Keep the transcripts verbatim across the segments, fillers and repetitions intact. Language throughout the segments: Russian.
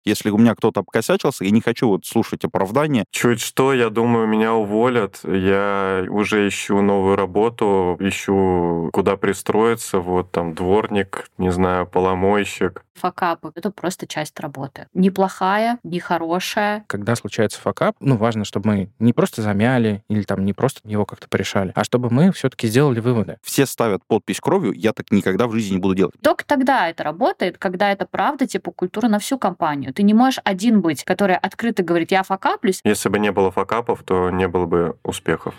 Если у меня кто-то обкосячился, я не хочу вот слушать оправдания. Чуть что, я думаю, меня уволят. Я уже ищу новую работу, ищу, куда пристроиться. Вот там дворник, не знаю, поломойщик. Факапы — это просто часть работы. Неплохая, нехорошая. Когда случается факап, ну, важно, чтобы мы не просто замяли или там не просто его как-то порешали, а чтобы мы все-таки сделали выводы. Все ставят подпись кровью, я так никогда в жизни не буду делать. Только тогда это работает, когда это правда, типа, культура на всю компанию. Ты не можешь один быть, который открыто говорит: я факаплюсь. Если бы не было факапов, то не было бы успехов.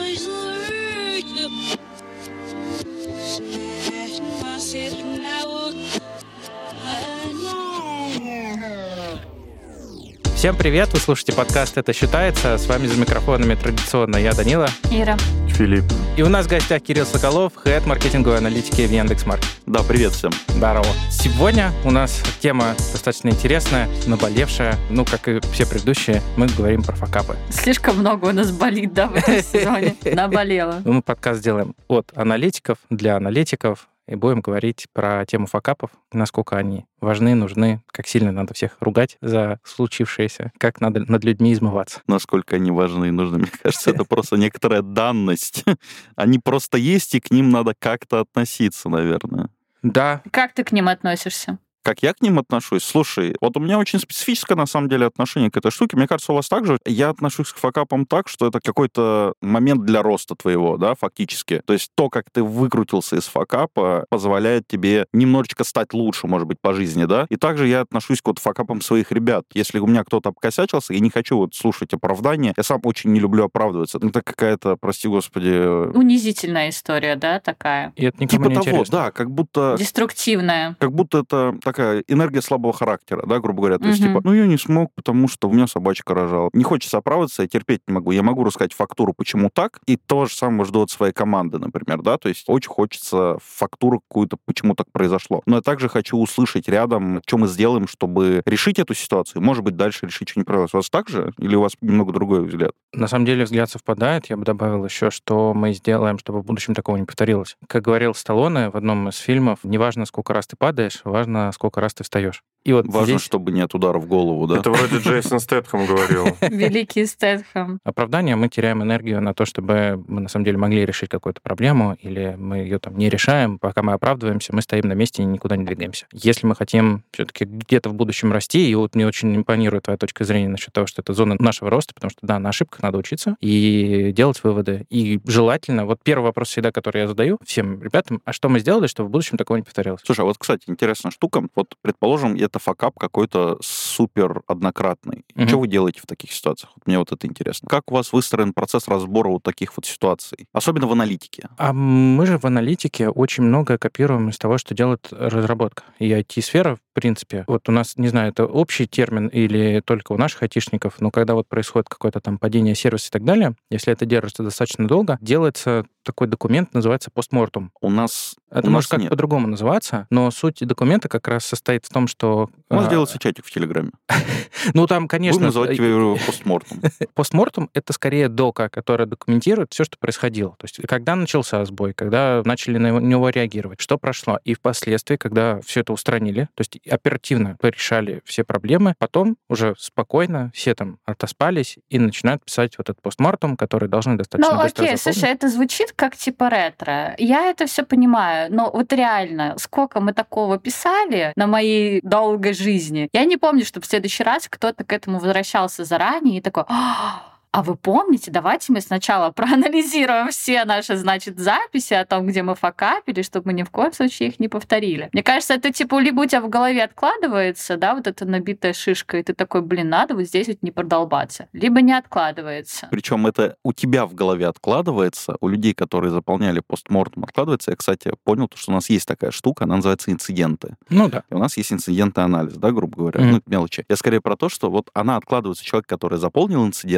Всем привет, вы слушаете подкаст «Это считается». С вами за микрофонами традиционно я, Данила. Ира. Филипп. И у нас в гостях Кирилл Соколов, хед маркетинговой аналитики в Яндекс.Маркет. Да, привет всем. Здорово. Сегодня у нас тема достаточно интересная, наболевшая. Ну, как и все предыдущие, мы говорим про факапы. Слишком много у нас болит, да, в этом сезоне. Наболело. Мы подкаст делаем от аналитиков для аналитиков. И будем говорить про тему факапов, насколько они важны, нужны, как сильно надо всех ругать за случившееся, как надо над людьми измываться. Насколько они важны и нужны, мне кажется, это просто некоторая данность. Они просто есть, и к ним надо как-то относиться, наверное. Да. Как ты к ним относишься? Как я к ним отношусь? Слушай, вот у меня очень специфическое, на самом деле, отношение к этой штуке. Мне кажется, у вас также. Я отношусь к факапам так, что это какой-то момент для роста твоего, да, фактически. То есть то, как ты выкрутился из факапа, позволяет тебе немножечко стать лучше, может быть, по жизни, да. И также я отношусь к вот факапам своих ребят. Если у меня кто-то обкосячился, я не хочу вот слушать оправдания. Я сам очень не люблю оправдываться. Это какая-то, прости господи... Унизительная история, да, такая? И это никому типа не того, интересно. да, как будто... Деструктивная. Как будто это такая энергия слабого характера, да, грубо говоря. То есть, Мгм. типа, ну, я не смог, потому что у меня собачка рожала. Не хочется оправдываться, я терпеть не могу. Я могу рассказать фактуру, почему так, и то же самое жду от своей команды, например, да. То есть очень хочется фактуру какую-то, почему так произошло. Но я также хочу услышать рядом, что мы сделаем, чтобы решить эту ситуацию. Может быть, дальше решить, что не понравилось. У вас так же? Или у вас немного другой взгляд? На самом деле взгляд совпадает. Я бы добавил еще, что мы сделаем, чтобы в будущем такого не повторилось. Как говорил Сталлоне в одном из фильмов, не важно, сколько раз ты падаешь, важно, сколько раз ты встаешь. И вот Важно, здесь чтобы нет удара в голову, да? Это вроде Джейсон Стэтхэм говорил. Великий Стэтхэм. оправдание, мы теряем энергию на то, чтобы мы на самом деле могли решить какую-то проблему, или мы ее там не решаем, пока мы оправдываемся, мы стоим на месте и никуда не двигаемся. Если мы хотим все-таки где-то в будущем расти, и вот мне очень импонирует твоя точка зрения насчет того, что это зона нашего роста, потому что, да, на ошибках надо учиться и делать выводы. И желательно, вот первый вопрос всегда, который я задаю всем ребятам, а что мы сделали, чтобы в будущем такого не повторилось? Слушай, а вот, кстати, интересная штука. Вот, предположим, это факап какой-то супер однократный. Мгм. Что вы делаете в таких ситуациях? Вот мне вот это интересно. Как у вас выстроен процесс разбора вот таких вот ситуаций? Особенно в аналитике. А мы же в аналитике очень много копируем из того, что делает разработка. И ай ти-сфера, в принципе, вот у нас, не знаю, это общий термин или только у наших айтишников, но когда вот происходит какое-то там падение сервиса и так далее, если это держится достаточно долго, делается такой документ, называется постмортум. У нас... Это у может нас как нет. по-другому называться, но суть документа как раз состоит в том, что... У нас а, делается чатик в Телеграме. Ну, там, Будем конечно... называть его постмортом. Постмортум — это скорее дока, которая документирует все, что происходило. То есть когда начался сбой, когда начали на него реагировать, что прошло. И впоследствии, когда все это устранили, то есть оперативно порешали все проблемы, потом уже спокойно все там отоспались и начинают писать вот этот постмортум, который должны достаточно Ну, быстро окей, заполнить. слушай, это звучит как типа ретро. Я это все понимаю, но вот реально, сколько мы такого писали на моей долгой жизни, я не помню, чтобы в следующий раз кто-то к этому возвращался заранее и такой: «А, а вы помните, давайте мы сначала проанализируем все наши, значит, записи о том, где мы факапили, чтобы мы ни в коем случае их не повторили». Мне кажется, это типа либо у тебя в голове откладывается, да, вот эта набитая шишка, и ты такой: блин, надо вот здесь вот не продолбаться. Либо не откладывается. Причем это у тебя в голове откладывается, у людей, которые заполняли постмортум, откладывается. Я, кстати, понял, что у нас есть такая штука, она называется инциденты. Ну да. И у нас есть инцидентный анализ, да, грубо говоря, Мгм. ну, это мелочи. Я скорее про то, что вот она откладывается человек, который заполнил инцидент, а какой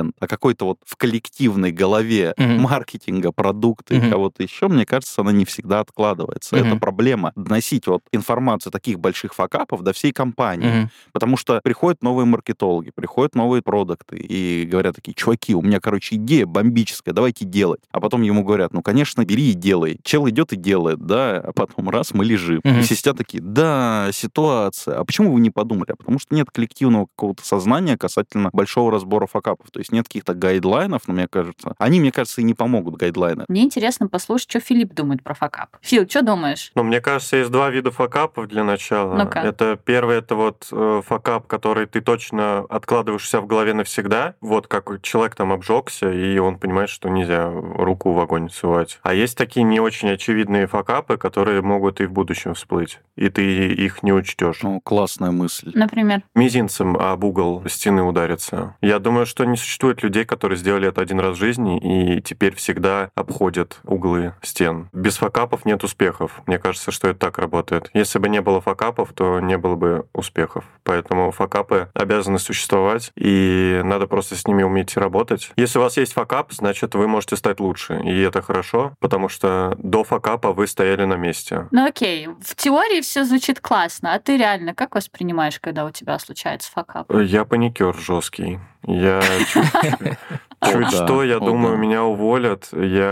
какой-то вот в коллективной голове Мгм. маркетинга, продукта и Мгм. кого-то еще, мне кажется, она не всегда откладывается. Это Мгм. проблема доносить вот информацию таких больших факапов до всей компании. Мгм. Потому что приходят новые маркетологи, приходят новые продукты и говорят такие: чуваки, у меня, короче, идея бомбическая, давайте делать. А потом ему говорят: ну, конечно, бери и делай. Чел идет и делает, да, а потом раз, мы лежим. Мгм. И все сидят такие: да, ситуация. А почему вы не подумали? А потому что нет коллективного какого-то сознания касательно большого разбора факапов. То есть нет каких-то гайдлайнов, но мне кажется, они, мне кажется, и не помогут, гайдлайны. Мне интересно послушать, что Филипп думает про факап. Фил, что думаешь? Ну, мне кажется, есть два вида факапов для начала. Ну-ка. Это первый, это вот э, факап, который ты точно откладываешь у себя в голове навсегда. Вот как человек там обжегся, и он понимает, что нельзя руку в огонь сувать. А есть такие не очень очевидные факапы, которые могут и в будущем всплыть, и ты их не учтешь. Ну, классная мысль. Например, Мизинцем об угол стены удариться. Я думаю, что не существует людей, которые сделали это один раз в жизни и теперь всегда обходят углы стен. Без факапов нет успехов. Мне кажется, что это так работает. Если бы не было факапов, то не было бы успехов. Поэтому факапы обязаны существовать, и надо просто с ними уметь работать. Если у вас есть факап, значит, вы можете стать лучше. И это хорошо, потому что до факапа вы стояли на месте. ну окей, в теории все звучит классно, а ты реально как воспринимаешь, когда у тебя случается факап? Я паникер жесткий. Я чуть, О, чуть да, что, я о, думаю, да. меня уволят.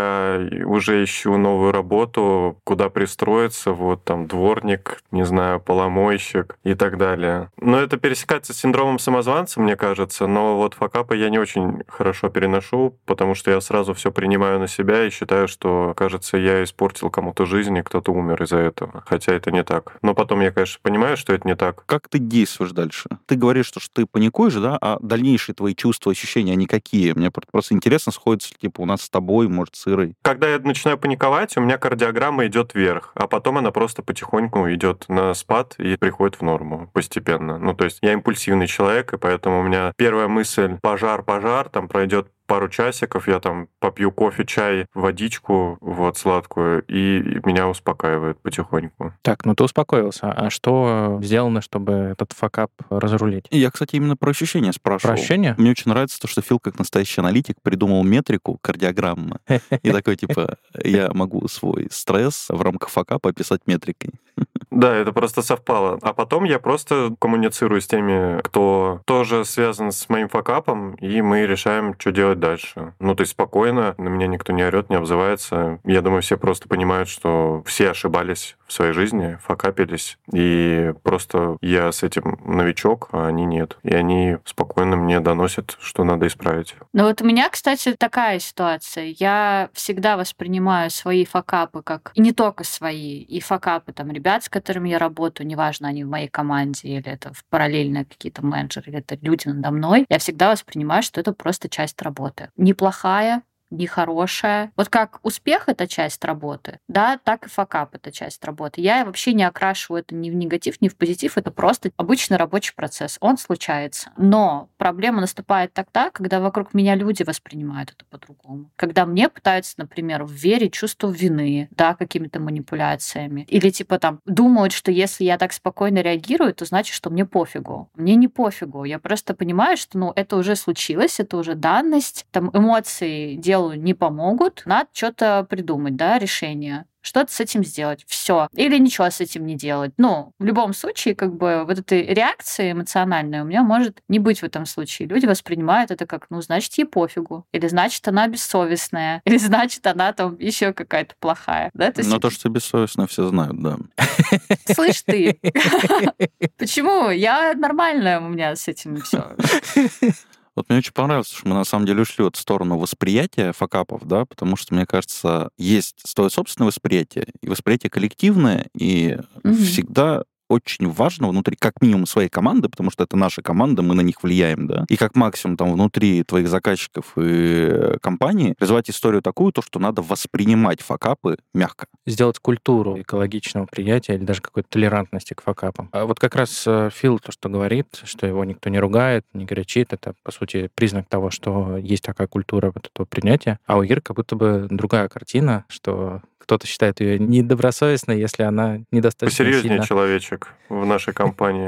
Я уже ищу новую работу, куда пристроиться. Вот там дворник, не знаю, поломойщик и так далее. Но это пересекается с синдромом самозванца, мне кажется. Но вот факапы я не очень хорошо переношу, потому что я сразу все принимаю на себя и считаю, что, кажется, я испортил кому-то жизнь, и кто-то умер из-за этого. Хотя это не так. Но потом я, конечно, понимаю, что это не так. Как ты действуешь дальше? Ты говоришь, что, что ты паникуешь, да, а дальнейшие твои чувства, ощущения, они какие? Мне про- просто интересно, сходится ли, типа, у нас с тобой, может, с Ирой. Когда я начинаю паниковать, у меня кардиограмма идет вверх, а потом она просто потихоньку идет на спад и приходит в норму постепенно. Ну, то есть я импульсивный человек, и поэтому у меня первая мысль пожар, пожар, там пройдет пару часиков, я там попью кофе, чай, водичку, вот, сладкую, и меня успокаивает потихоньку. Так, ну ты успокоился. А что сделано, чтобы этот факап разрулить? И я, кстати, именно про ощущения спрашивал. Про ощущения? Мне очень нравится то, что Фил, как настоящий аналитик, придумал метрику кардиограммы. И такой, типа, я могу свой стресс в рамках факапа описать метрикой. Да, это просто совпало. А потом я просто коммуницирую с теми, кто тоже связан с моим факапом, и мы решаем, что делать дальше. Ну, то есть спокойно, на меня никто не орет, не обзывается. Я думаю, все просто понимают, что все ошибались в своей жизни, факапились, и просто я с этим новичок, а они нет. И они спокойно мне доносят, что надо исправить. Ну вот у меня, кстати, такая ситуация. Я всегда воспринимаю свои факапы как... И не только свои, и факапы там ребят, с которыми я работаю, неважно, они в моей команде, или это в параллельно какие-то менеджеры, или это люди надо мной. Я всегда воспринимаю, что это просто часть работы. Неплохая, нехорошая. Вот как успех — это часть работы, да, так и факап — это часть работы. Я вообще не окрашиваю это ни в негатив, ни в позитив. Это просто обычный рабочий процесс. Он случается. Но проблема наступает тогда, когда вокруг меня люди воспринимают это по-другому. Когда мне пытаются, например, вверить чувство вины, да, какими-то манипуляциями. Или типа там думают, что если я так спокойно реагирую, то значит, что мне пофигу. Мне не пофигу. Я просто понимаю, что ну, это уже случилось, это уже данность. Там эмоции делу не помогут. Надо что-то придумать, да, решение. Что-то с этим сделать. Все. Или ничего с этим не делать. Ну, в любом случае, как бы вот этой реакции эмоциональной у меня может не быть в этом случае. Люди воспринимают это как, ну, значит, ей пофигу. Или значит, она бессовестная. Или значит, она там еще какая-то плохая. Да? То есть... Но то, что ты бессовестно, все знают, да. Слышь ты, почему? Я нормальная, у меня с этим все. Вот мне очень понравилось, что мы на самом деле ушли вот в сторону восприятия факапов, да, потому что, мне кажется, есть свое собственное восприятие и восприятие коллективное, и Мгм. всегда очень важно внутри, как минимум, своей команды, потому что это наша команда, мы на них влияем, да, и как максимум там внутри твоих заказчиков и компании развивать историю такую, то, что надо воспринимать факапы мягко. Сделать культуру экологичного приятия или даже какой-то толерантности к факапам. А вот как раз э, Фил то, что говорит, что его никто не ругает, не кричит, это, по сути, признак того, что есть такая культура вот этого принятия. А у Иры как будто бы другая картина, что кто-то считает ее недобросовестной, если она недостаточно Посерьезнее сильно... человечек в нашей компании.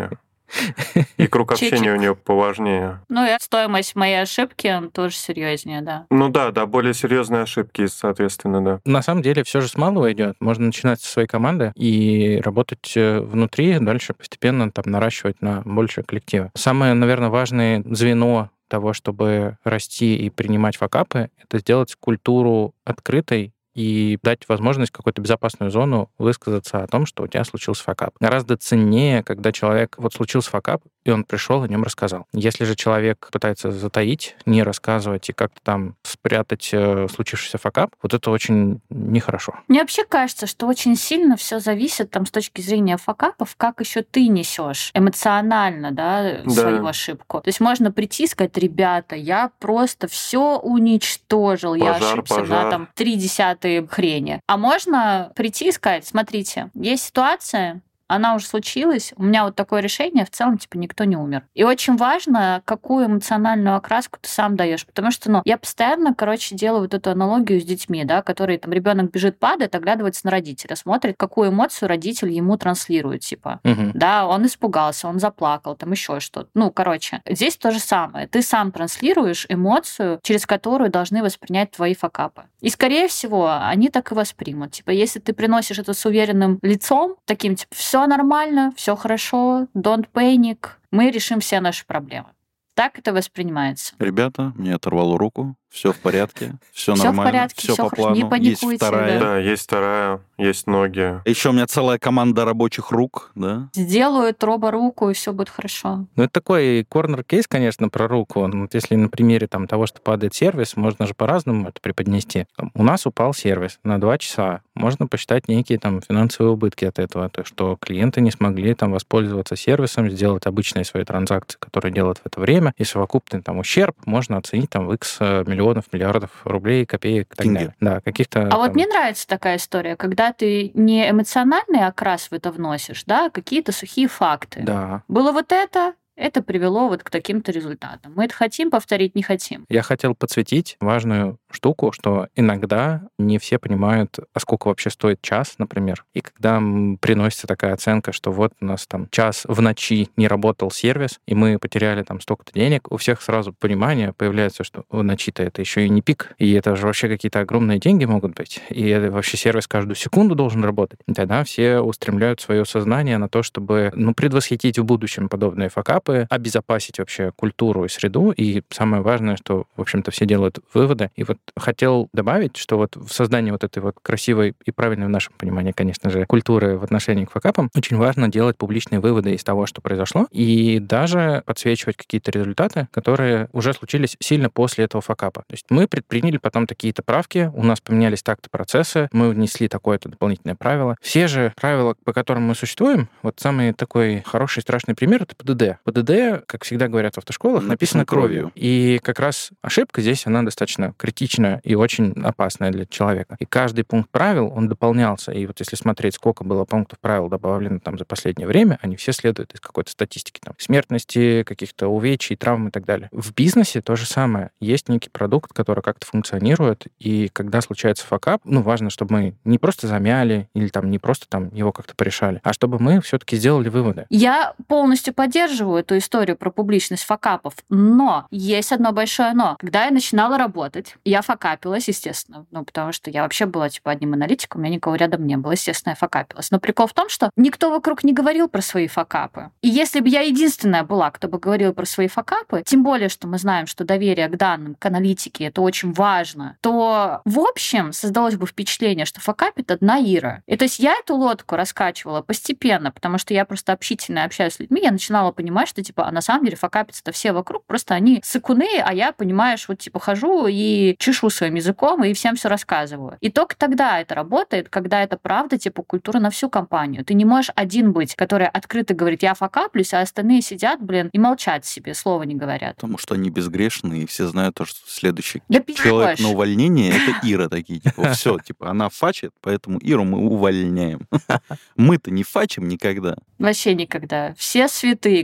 И круг Чечек. общения у нее поважнее. Ну и стоимость моей ошибки он тоже серьезнее, да. Ну да, да, более серьезные ошибки, соответственно, да. На самом деле все же с малого идет. Можно начинать со своей команды и работать внутри, дальше постепенно там наращивать на большее коллективы. Самое, наверное, важное звено того, чтобы расти и принимать факапы, это сделать культуру открытой и дать возможность какую-то безопасную зону высказаться о том, что у тебя случился факап. Гораздо ценнее, когда человек, вот случился факап, и он пришел, о нем рассказал. Если же человек пытается затаить, не рассказывать и как-то там спрятать э, случившийся факап, вот это очень нехорошо. Мне вообще кажется, что очень сильно все зависит там с точки зрения факапов, как еще ты несешь эмоционально, да, Да. свою ошибку. То есть можно прийти и сказать: ребята, я просто все уничтожил, я Пожар, ошибся пожар. на там три десятые хрени. А можно прийти и сказать: смотрите, есть ситуация, она уже случилась, у меня вот такое решение, в целом, типа, никто не умер. И очень важно, какую эмоциональную окраску ты сам даешь, потому что, ну, я постоянно, короче, делаю вот эту аналогию с детьми, да, которые там ребенок бежит, падает, оглядывается на родителя, смотрит, какую эмоцию родитель ему транслирует, типа. Мгм. Да, он испугался, он заплакал, там еще что-то. Ну, короче, здесь то же самое. Ты сам транслируешь эмоцию, через которую должны воспринять твои факапы. И, скорее всего, они так и воспримут. Типа, если ты приносишь это с уверенным лицом, таким, типа, все нормально, все хорошо, don't panic, мы решим все наши проблемы. Так это воспринимается. Ребята, мне оторвало руку, все в порядке, все Всё в нормально, порядке, все всё по хорошо, не плану. Есть паникуйте, вторая. Да, есть вторая, есть ноги. Еще у меня целая команда рабочих рук, да. Сделают роборуку, и все будет хорошо. Ну, это такой корнер-кейс, конечно, про руку. Ну, вот если на примере там, того, что падает сервис, можно же по-разному это преподнести. Там, у нас упал сервис на два часа. Можно посчитать некие там финансовые убытки от этого, то, что клиенты не смогли там воспользоваться сервисом, сделать обычные свои транзакции, которые делают в это время, и совокупный там ущерб можно оценить там в X миллионов, миллиардов рублей, копеек и так Тенге. далее. Да, каких-то... А там- вот мне нравится такая история, когда ты не эмоциональный окрас в это вносишь, да, а какие-то сухие факты. Да. Было вот это, это привело вот к таким-то результатам. Мы это хотим повторить, не хотим. Я хотел подсветить важную штуку, что иногда не все понимают, а сколько вообще стоит час, например. И когда м, приносится такая оценка, что вот у нас там час в ночи не работал сервис, и мы потеряли там столько-то денег, у всех сразу понимание появляется, что в ночи-то это еще и не пик, и это же вообще какие-то огромные деньги могут быть, и это вообще сервис каждую секунду должен работать. И тогда все устремляют свое сознание на то, чтобы, ну, предвосхитить в будущем подобные факапы, обезопасить вообще культуру и среду, и самое важное, что, в общем-то, все делают выводы. И вот хотел добавить, что вот в создании вот этой вот красивой и правильной в нашем понимании, конечно же, культуры в отношении к факапам очень важно делать публичные выводы из того, что произошло, и даже подсвечивать какие-то результаты, которые уже случились сильно после этого факапа. То есть мы предприняли потом такие-то правки, у нас поменялись так-то процессы, мы внесли такое-то дополнительное правило. Все же правила, по которым мы существуем, вот самый такой хороший страшный пример — это ПДД. ПДД, как всегда говорят в автошколах, написано, Написано кровью. кровью. И как раз ошибка здесь, она достаточно критичная и очень опасная для человека. И каждый пункт правил, он дополнялся. И вот если смотреть, сколько было пунктов правил добавлено там за последнее время, они все следуют из какой-то статистики. Там, смертности, каких-то увечий, травм и так далее. В бизнесе то же самое. Есть некий продукт, который как-то функционирует, и когда случается факап, ну, важно, чтобы мы не просто замяли или там не просто там его как-то порешали, а чтобы мы все-таки сделали выводы. Я полностью поддерживаю эту историю про публичность факапов, но есть одно большое но. Когда я начинала работать, я факапилась, естественно, ну, потому что я вообще была, типа, одним аналитиком, у меня никого рядом не было, естественно, я факапилась. Но прикол в том, что никто вокруг не говорил про свои факапы. И если бы я единственная была, кто бы говорил про свои факапы, тем более, что мы знаем, что доверие к данным, к аналитике, это очень важно, то, в общем, создалось бы впечатление, что факапит одна Ира. И то есть я эту лодку раскачивала постепенно, потому что я просто общительная, общаюсь с людьми, я начинала понимать, что, типа, а на самом деле факапятся-то все вокруг, просто они сыкуны, а я, понимаешь, вот, типа, хожу и чешу своим языком и всем все рассказываю. И только тогда это работает, когда это правда, типа, культура на всю компанию. Ты не можешь один быть, который открыто говорит: я факаплюсь, а остальные сидят, блин, и молчат себе, слова не говорят. Потому что они безгрешные, и все знают то, что следующий Да человек пиздёж. на увольнение — это Ира такие. Типа, все, типа, она фачит, поэтому Иру мы увольняем. Мы-то не фачим никогда. Вообще никогда. Все святые, капец.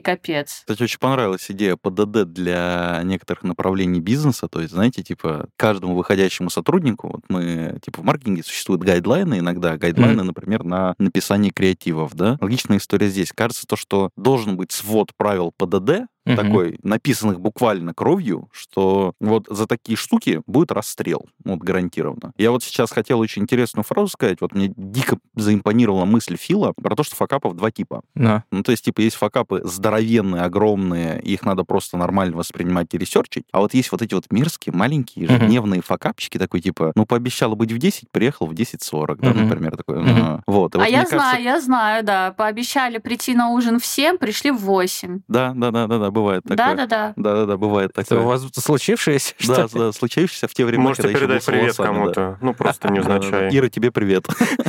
капец. Кстати, очень понравилась идея ПДД для некоторых направлений бизнеса. То есть, знаете, типа, каждому выходящему сотруднику, вот мы, типа, в маркетинге существуют гайдлайны иногда, гайдлайны, mm-hmm. например, на написание креативов, да. Логичная история здесь. Кажется, то, что должен быть свод правил ПДД, Uh-huh. такой, написанных буквально кровью, что вот за такие штуки будет расстрел, вот гарантированно. Я вот сейчас хотел очень интересную фразу сказать, вот мне дико заимпонировала мысль Фила про то, что факапов два типа. Uh-huh. Ну, то есть, типа, есть факапы здоровенные, огромные, их надо просто нормально воспринимать и ресерчить, а вот есть вот эти вот мерзкие, маленькие, ежедневные uh-huh. факапчики, такой, типа, ну, пообещала быть в десять, приехал в десять сорок, да, uh-huh. например, такой. Uh-huh. Вот. А вот, я кажется... знаю, я знаю, да, пообещали прийти на ужин в семь, пришли в восемь. Да, да, да, да, да. Бывает такое. Да-да-да. Да-да-да, бывает такое. Это у вас случившееся? Да, да, случившееся в те времена, Можете когда передать еще был привет Солосами, кому-то, да. ну просто невзначай. Ира, тебе привет.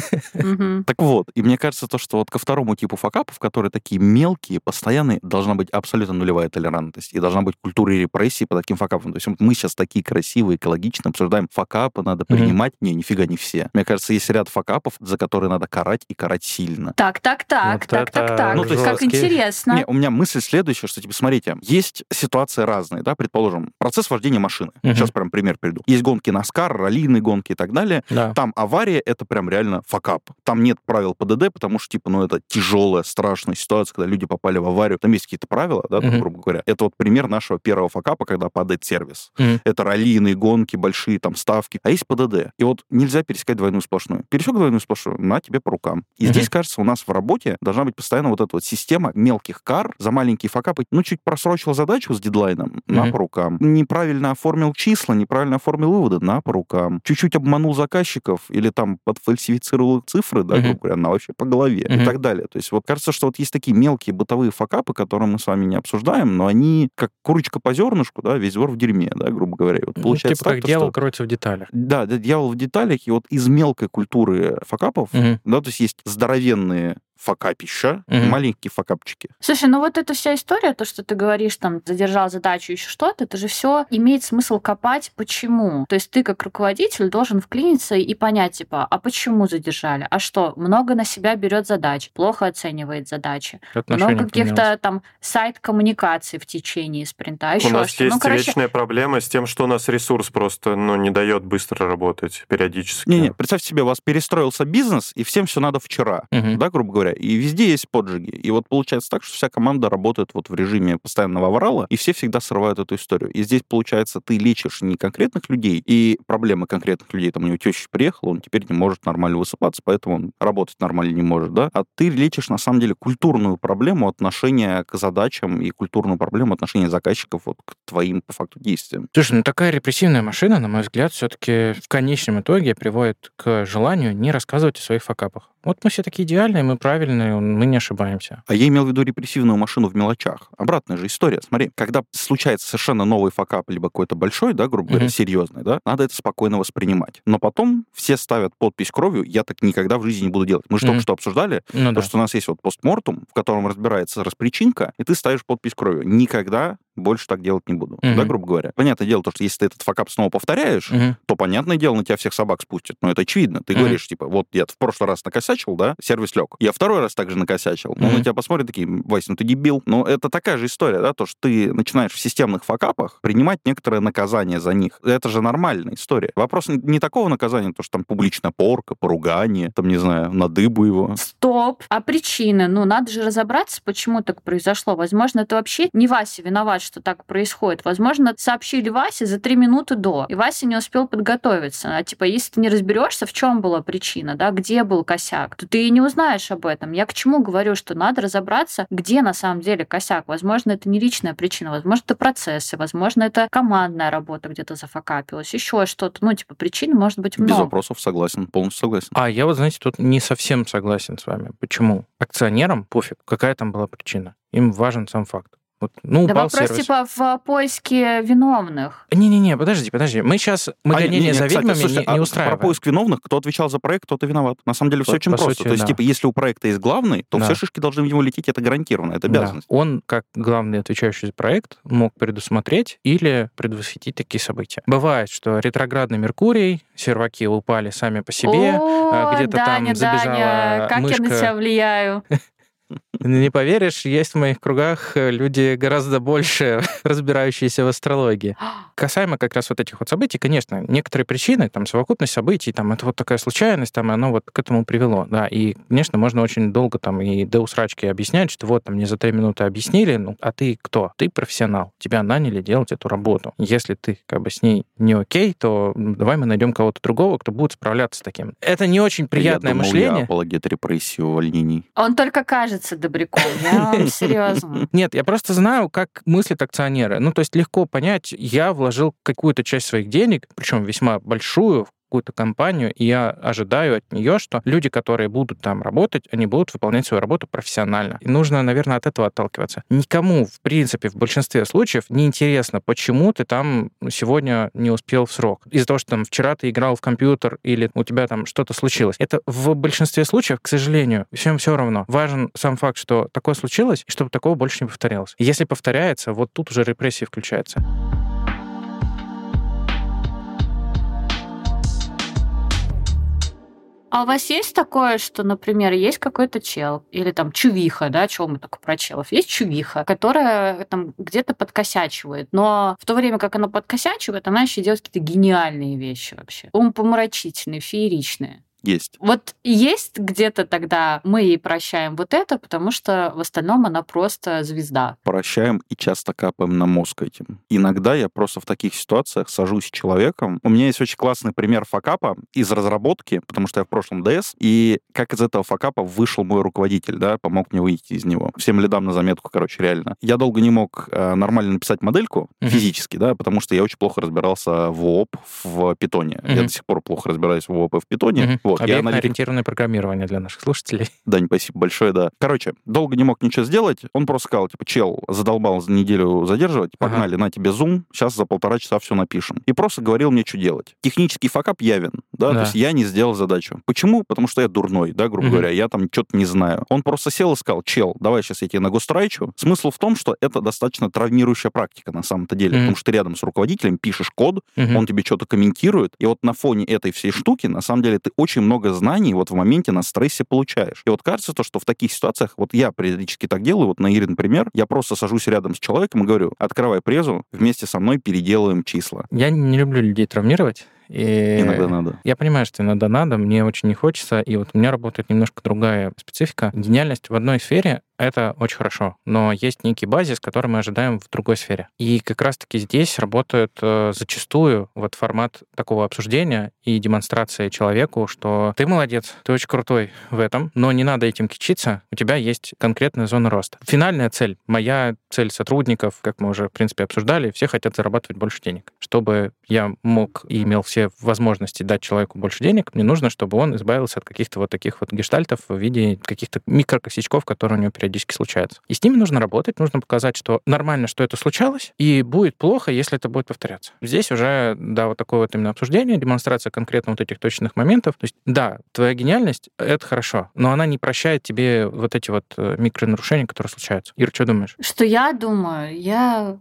Так вот, и мне кажется, то, что вот ко второму типу факапов, которые такие мелкие, постоянные, должна быть абсолютно нулевая толерантность. И должна быть культура репрессий по таким факапам. То есть мы сейчас такие красивые, экологичные, обсуждаем факапы, надо принимать. Не, нифига не все. Мне кажется, есть ряд факапов, за которые надо карать и карать сильно. Так, так, так, Вот так, так, это так. Ну, то есть- Как интересно. Не, у меня мысль следующая, что, типа, смотрите, есть ситуации разные, да, предположим, процесс вождения машины. Мгм. Сейчас прям пример приведу. Есть гонки Наскар, раллийные гонки и так далее. Да. Там авария — это прям реально факап. Там нет правил ПДД, потому что, типа, ну, это тяжелая, страшная ситуация, когда люди попали в аварию. Там есть какие-то правила, да, там, Мгм. грубо говоря. Это вот пример нашего первого факапа, когда падает сервис. Мгм. Это раллийные гонки, большие там ставки. А есть ПДД. И вот нельзя пересекать двойную сплошную. Пересек двойную сплошную, на тебе по рукам. И Мгм. здесь, кажется, у нас в работе должна быть постоянно вот эта вот система мелких кар за маленькие факапы. Ну, чуть просрочил задачу с дедлайном, на Мгм. по рукам. Неправильно оформил числа, неправильно оформил выводы, на по рукам. Чуть-чуть обманул заказчиков или там подфальсифицировал цифры, да, Мгм. грубо говоря, на вообще по голове и Мгм. так далее. То есть вот кажется, что вот есть такие мелкие бытовые факапы, которые мы с вами не обсуждаем, но они как курочка по зернышку, да, весь двор в дерьме, да, грубо говоря. И вот Ну, получается типа так, как то, дьявол что- кроется в деталях. Да, да, дьявол в деталях, и вот из мелкой культуры факапов, Мгм. да, то есть есть здоровенные факапища, Мгм. маленькие факапчики. Слушай, ну вот эта вся история, то, что ты говоришь, там, задержал задачу, еще что-то, это же все имеет смысл копать, почему. То есть ты, как руководитель, должен вклиниться и понять, типа, а почему задержали? А что, много на себя берет задач, плохо оценивает задачи, Отношение много каких-то поменялось. там сайт-коммуникаций в течение спринта, а У еще нас что. есть Ну, короче, вечная проблема с тем, что у нас ресурс просто ну, не дает быстро работать периодически. Не-не, представьте себе, у вас перестроился бизнес, и всем все надо вчера, Мгм. да, грубо говоря, и везде есть поджиги. И вот получается так, что вся команда работает вот в режиме постоянного аврала, и все всегда срывают эту историю. И здесь, получается, ты лечишь не конкретных людей, и проблемы конкретных людей, там у него теща приехала, он теперь не может нормально высыпаться, поэтому он работать нормально не может, да, а ты лечишь, на самом деле, культурную проблему отношения к задачам и культурную проблему отношения заказчиков вот к твоим, по факту, действиям. Слушай, ну такая репрессивная машина, на мой взгляд, все-таки в конечном итоге приводит к желанию не рассказывать о своих факапах. Вот мы все такие идеальные, мы правильные, мы не ошибаемся. А я имел в виду репрессивную машину в мелочах. Обратная же история. Смотри, когда случается совершенно новый факап, либо какой-то большой, да, грубо говоря, Мгм. серьезный, да, надо это спокойно воспринимать. Но потом все ставят подпись кровью, я так никогда в жизни не буду делать. Мы же Мгм. только что обсуждали, Ну то, да. что у нас есть вот постмортум, в котором разбирается распричинка, и ты ставишь подпись кровью. Никогда больше так делать не буду, Мгм. да, грубо говоря. Понятное дело, то, что если ты этот факап снова повторяешь, Мгм. то, понятное дело, на тебя всех собак спустят. Но это очевидно. Ты Мгм. говоришь, типа, вот я в прошлый раз накосячил, да, сервис лег. Я второй раз также накосячил. Ну, Мгм. на тебя посмотрят такие, Вась, ну ты дебил. Но это такая же история, да, то, что ты начинаешь в системных факапах принимать некоторое наказание за них. Это же нормальная история. Вопрос не, не такого наказания, то, что там публичная порка, поругание, там, не знаю, на дыбу его. Стоп. А причины? Ну, надо же разобраться, почему так произошло. Возможно, это вообще не Вася виноват, что так происходит. Возможно, сообщили Васе за три минуты до, и Вася не успел подготовиться. А типа, если ты не разберешься, в чем была причина, да, где был косяк, то ты и не узнаешь об этом. Я к чему говорю, что надо разобраться, где на самом деле косяк. Возможно, это не личная причина, возможно, это процессы, возможно, это командная работа где-то зафакапилась, еще что-то. Ну, типа, причин может быть Без много. вопросов, согласен, полностью согласен. А я вот, знаете, тут не совсем согласен с вами. Почему? Акционерам пофиг, какая там была причина. Им важен сам факт. Вот, ну, Да упал вопрос сервис. типа в поиске виновных. Не-не-не, подожди, подожди. Мы сейчас, мы А, гонения не-не, за кстати, ведьмами слушайте, не, не а устраиваем. Про поиск виновных, кто отвечал за проект, кто-то виноват. На самом деле все По- очень по просто. сути, То есть, да. типа, если у проекта есть главный, то Да. все шишки должны в него лететь, это гарантированно, это Да. обязанность. Он, как главный отвечающий за проект, мог предусмотреть или предвосхитить такие события. Бывает, что ретроградный Меркурий, серваки упали сами по себе, О, а, где-то там Даня, забежала Даня, как я на мышка. тебя влияю? Не поверишь, есть в моих кругах люди гораздо больше разбирающиеся в астрологии. Касаемо как раз вот этих вот событий, конечно, некоторые причины, там, совокупность событий, там, это вот такая случайность, там, оно вот к этому привело, да, и, конечно, можно очень долго там и до усрачки объяснять, что вот там мне за три минуты объяснили, ну, а ты кто? Ты профессионал, тебя наняли делать эту работу. Если ты как бы с ней не окей, то давай мы найдем кого-то другого, кто будет справляться с таким. Это не очень приятное я думал, мышление. Я апологет репрессии, увольнений. Он только кажется добряком, я вам серьезно. Нет, я просто знаю, как мыслят акционеры. Ну, то есть легко понять, я вложил какую-то часть своих денег, причем весьма большую, какую-то компанию, и я ожидаю от нее, что люди, которые будут там работать, они будут выполнять свою работу профессионально. И нужно, наверное, от этого отталкиваться. Никому, в принципе, в большинстве случаев не интересно, почему ты там сегодня не успел в срок. Из-за того, что там вчера ты играл в компьютер или у тебя там что-то случилось. Это в большинстве случаев, к сожалению, всем все равно. Важен сам факт, что такое случилось, и чтобы такого больше не повторялось. Если повторяется, вот тут уже репрессии включаются. А у вас есть такое, что, например, есть какой-то чел, или там чувиха, да, чего мы только про челов, есть чувиха, которая там где-то подкосячивает, но в то время, как она подкосячивает, она еще делает какие-то гениальные вещи вообще, умопомрачительные, фееричные. Есть. Вот есть где-то тогда мы ей прощаем вот это, потому что в остальном она просто звезда. Прощаем и часто капаем на мозг этим. Иногда я просто в таких ситуациях сажусь с человеком. У меня есть очень классный пример факапа из разработки, потому что я в прошлом ДС, и как из этого факапа вышел мой руководитель, да, помог мне выйти из него. Всем лидам на заметку, короче, реально. Я долго не мог э, нормально написать модельку mm-hmm. физически, да, потому что я очень плохо разбирался в ООП, в питоне. Mm-hmm. Я до сих пор плохо разбираюсь в ООП и в питоне. Mm-hmm. Вот, объектно-ориентированное аналитик... программирование для наших слушателей. Дань, спасибо большое, да. Короче, долго не мог ничего сделать. Он просто сказал, типа, чел, задолбал за неделю задерживать, погнали, ага. на тебе зум, сейчас за полтора часа все напишем. И просто говорил мне, что делать. Технический факап явен, да, да. То есть я не сделал задачу. Почему? Потому что я дурной, да, грубо mm-hmm. говоря, я там что-то не знаю. Он просто сел и сказал, чел, давай сейчас я тебе нагострайчу. Смысл в том, что это достаточно травмирующая практика на самом-то деле, mm-hmm. потому что ты рядом с руководителем пишешь код, mm-hmm. он тебе что-то комментирует, и вот на фоне этой всей штуки, на самом деле, ты очень много знаний вот в моменте на стрессе получаешь. И вот кажется то, что в таких ситуациях, вот я периодически так делаю, вот на Ире, например, я просто сажусь рядом с человеком и говорю, открывай презу, вместе со мной переделаем числа. Я не люблю людей травмировать. И иногда надо. Я понимаю, что иногда надо, мне очень не хочется, и вот у меня работает немножко другая специфика. Гениальность в одной сфере — это очень хорошо, но есть некий базис, который мы ожидаем в другой сфере. И как раз-таки здесь работает э, зачастую вот формат такого обсуждения и демонстрации человеку, что ты молодец, ты очень крутой в этом, но не надо этим кичиться, у тебя есть конкретная зона роста. Финальная цель, моя цель сотрудников, как мы уже, в принципе, обсуждали, все хотят зарабатывать больше денег. Чтобы я мог и имел все возможности дать человеку больше денег, мне нужно, чтобы он избавился от каких-то вот таких вот гештальтов в виде каких-то микрокосячков, которые у него периодически случаются. И с ними нужно работать, нужно показать, что нормально, что это случалось, и будет плохо, если это будет повторяться. Здесь уже, да, вот такое вот именно обсуждение, демонстрация конкретно вот этих точных моментов. То есть, да, твоя гениальность — это хорошо, но она не прощает тебе вот эти вот микронарушения, которые случаются. Ир, что думаешь? Что я думаю? Я...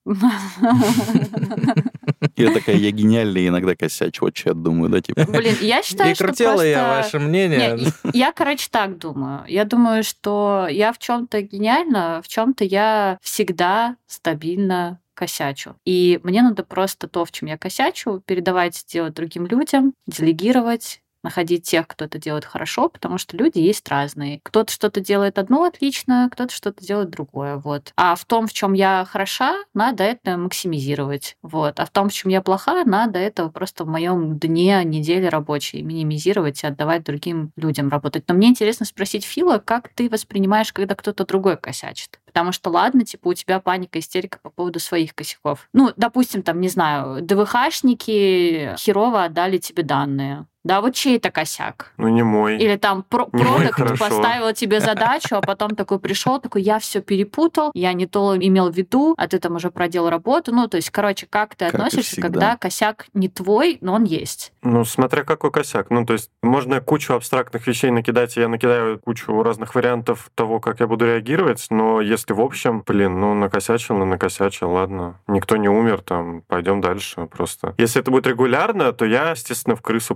Я такая, я гениальная, иногда косячу, вот что я думаю, да, типа. Блин, я считаю, и что крутила просто... я ваше мнение. Не, я, короче, так думаю. Я думаю, что я в чем-то гениальна, в чем-то я всегда стабильно косячу. И мне надо просто то, в чем я косячу, передавать, делать другим людям, делегировать, находить тех, кто это делает хорошо, потому что люди есть разные. Кто-то что-то делает одно отлично, кто-то что-то делает другое. Вот. А в том, в чем я хороша, надо это максимизировать. Вот. А в том, в чем я плоха, надо это просто в моем дне, неделе рабочей минимизировать и отдавать другим людям работать. Но мне интересно спросить Фила, как ты воспринимаешь, когда кто-то другой косячит? Потому что, ладно, типа, у тебя паника, истерика по поводу своих косяков. Ну, допустим, там, не знаю, ДВХшники херово отдали тебе данные. Да, вот чей это косяк? Ну, не мой. Или там про- не продакт мой, поставил тебе задачу, а потом такой пришел, такой, я все перепутал, я не то имел в виду, а ты там уже проделал работу. Ну, то есть, короче, как ты как относишься, когда косяк не твой, но он есть? Ну, смотря какой косяк. Ну, то есть, можно кучу абстрактных вещей накидать, и я накидаю кучу разных вариантов того, как я буду реагировать, но если в общем, блин, ну, накосячил, ну, накосячил, ладно. Никто не умер, там, пойдем дальше просто. Если это будет регулярно, то я, естественно, в крысу пойду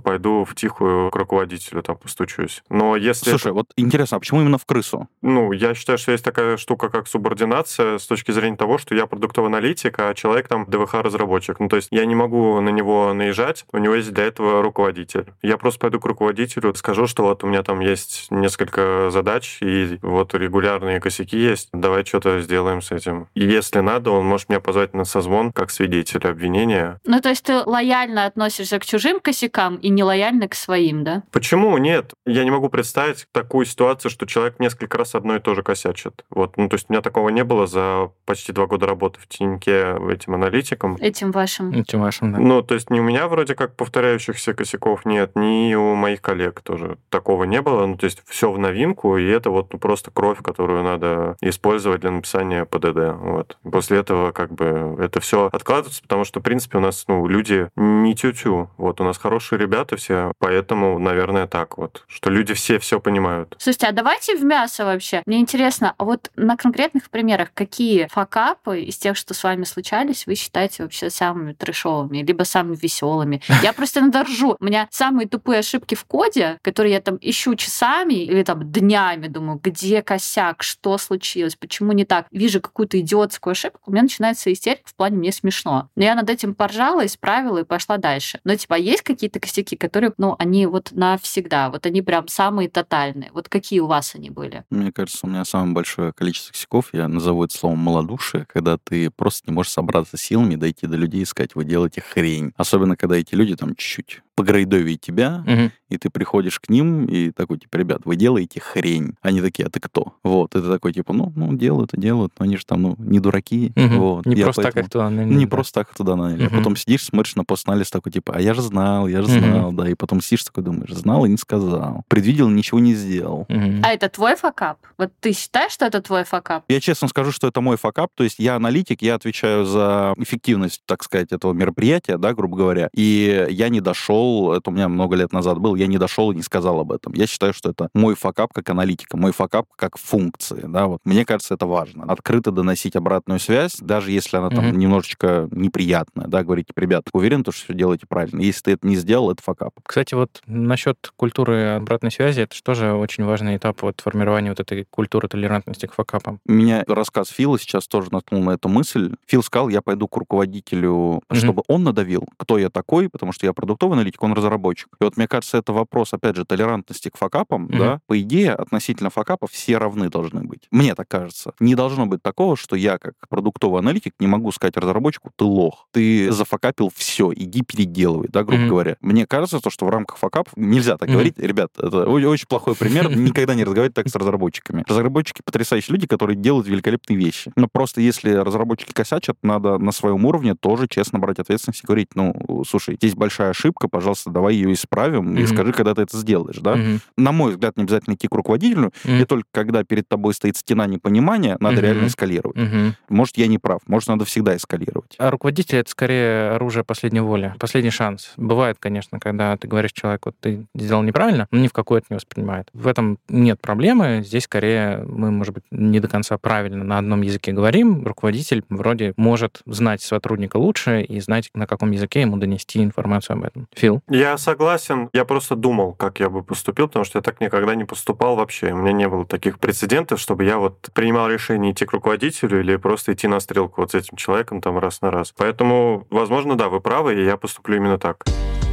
пойду в тихую к руководителю, там, постучусь. Но если... Слушай, это... вот интересно, а почему именно в крысу? Ну, я считаю, что есть такая штука, как субординация с точки зрения того, что я продуктовый аналитик, а человек там ДВХ-разработчик. Ну, то есть я не могу на него наезжать, у него есть для этого руководитель. Я просто пойду к руководителю, скажу, что вот у меня там есть несколько задач, и вот регулярные косяки есть, давай что-то сделаем с этим. И если надо, он может меня позвать на созвон как свидетеля обвинения. Ну, то есть ты лояльно относишься к чужим косякам и нелояльно к своим, да? Почему нет? Я не могу представить такую ситуацию, что человек несколько раз одно и то же косячит. Вот. Ну, то есть у меня такого не было за почти два года работы в Тиньке этим аналитиком. Этим вашим. Этим вашим, да. Ну, то есть ни у меня вроде как повторяющихся косяков нет, ни у моих коллег тоже такого не было. Ну, то есть все в новинку, и это вот ну, просто кровь, которую надо использовать для написания ПДД. Вот. После этого как бы это все откладывается, потому что, в принципе, у нас ну, люди не тю-тю. Вот у нас хорошие ребята все, поэтому, наверное, так вот, что люди все все понимают. Слушайте, а давайте в мясо вообще. Мне интересно, а вот на конкретных примерах, какие факапы из тех, что с вами случались, вы считаете вообще самыми трешовыми, либо самыми веселыми? Я просто иногда ржу. У меня самые тупые ошибки в коде, которые я там ищу часами или там днями, думаю, где косяк, что случилось, почему не так. Вижу какую-то идиотскую ошибку, у меня начинается истерика в плане «мне смешно». Но я над этим поржала, исправила и пошла дальше. Но типа есть какие-то косяки, которые, ну, они вот навсегда, вот они прям самые тотальные. Вот какие у вас они были? Мне кажется, у меня самое большое количество косяков, я назову это словом малодушие, когда ты просто не можешь собраться силами, дойти до людей и сказать, вы делаете хрень. Особенно, когда эти люди там чуть-чуть погрейдовее тебя, Мгм. и ты приходишь к ним и такой, типа, ребят, вы делаете хрень. Они такие, а ты кто? Вот, и ты такой, типа, ну, ну делают и делают, но они же там, ну, не дураки. Мгм. Вот. Не Я просто так поэтому- их туда наняли, Не да. просто так их туда наняли. А Мгм. потом сидишь, смотришь на пост-анализ такой, типа, а я же знал, я же Мгм. знал, да, и потом сидишь такой, думаешь, знал и не сказал. Предвидел, ничего не сделал. Мгм. А это твой факап? Вот ты считаешь, что это твой факап? Я честно скажу, что это мой факап, то есть я аналитик, я отвечаю за эффективность, так сказать, этого мероприятия, да, грубо говоря, и я не дошел, это у меня много лет назад был, я не дошел и не сказал об этом. Я считаю, что это мой факап как аналитика, мой факап как функции, да, вот. Мне кажется, это важно. Открыто доносить обратную связь, даже если она там Мгм. немножечко неприятная, да, говорить, типа, ребят, уверен, что все делаете правильно. Если ты это не сделал, это факап. Кстати, вот насчет культуры обратной связи, это же тоже очень важный этап вот формирования вот этой культуры толерантности к факапам. Меня рассказ Фила сейчас тоже наткнул на эту мысль. Фил сказал, я пойду к руководителю, Мгм. чтобы он надавил, кто я такой, потому что я продуктовый аналитик, он разработчик. И вот мне кажется, это вопрос, опять же, толерантности к факапам, Мгм. да. По идее, относительно факапов все равны должны быть. Мне так кажется. Не должно быть такого, что я, как продуктовый аналитик, не могу сказать разработчику, ты лох, ты зафакапил все, иди переделывай, да, грубо Мгм. говоря. Мне кажется, то, что в рамках факапов нельзя так Мгм. говорить. Ребят, это о- очень плохой пример, никогда не разговаривать так с разработчиками. Разработчики потрясающие люди, которые делают великолепные вещи. Но просто если разработчики косячат, надо на своем уровне тоже честно брать ответственность и говорить, ну, слушай, здесь большая ошибка, пожалуйста, давай ее исправим, и Мгм. скажи, когда ты это сделаешь, да? Мгм. На мой взгляд, не обязательно идти к руководителю, Мгм. и только когда перед тобой стоит стена непонимания, надо Мгм. реально эскалировать. Мгм. Может, я не прав, может, надо всегда эскалировать. А руководитель — это скорее оружие последней воли, последний шанс. Бывает, конечно, когда ты говоришь человеку, вот ты сделал неправильно, но ни в какой это не воспринимает. В этом нет проблемы. Здесь скорее мы, может быть, не до конца правильно на одном языке говорим. Руководитель вроде может знать сотрудника лучше и знать, на каком языке ему донести информацию об этом. Фил? Я согласен. Я просто думал, как я бы поступил, потому что я так никогда не поступал вообще. У меня не было таких прецедентов, чтобы я вот принимал решение идти к руководителю или просто идти на стрелку вот с этим человеком там раз на раз. Поэтому, возможно, да, вы правы, и я поступлю именно так.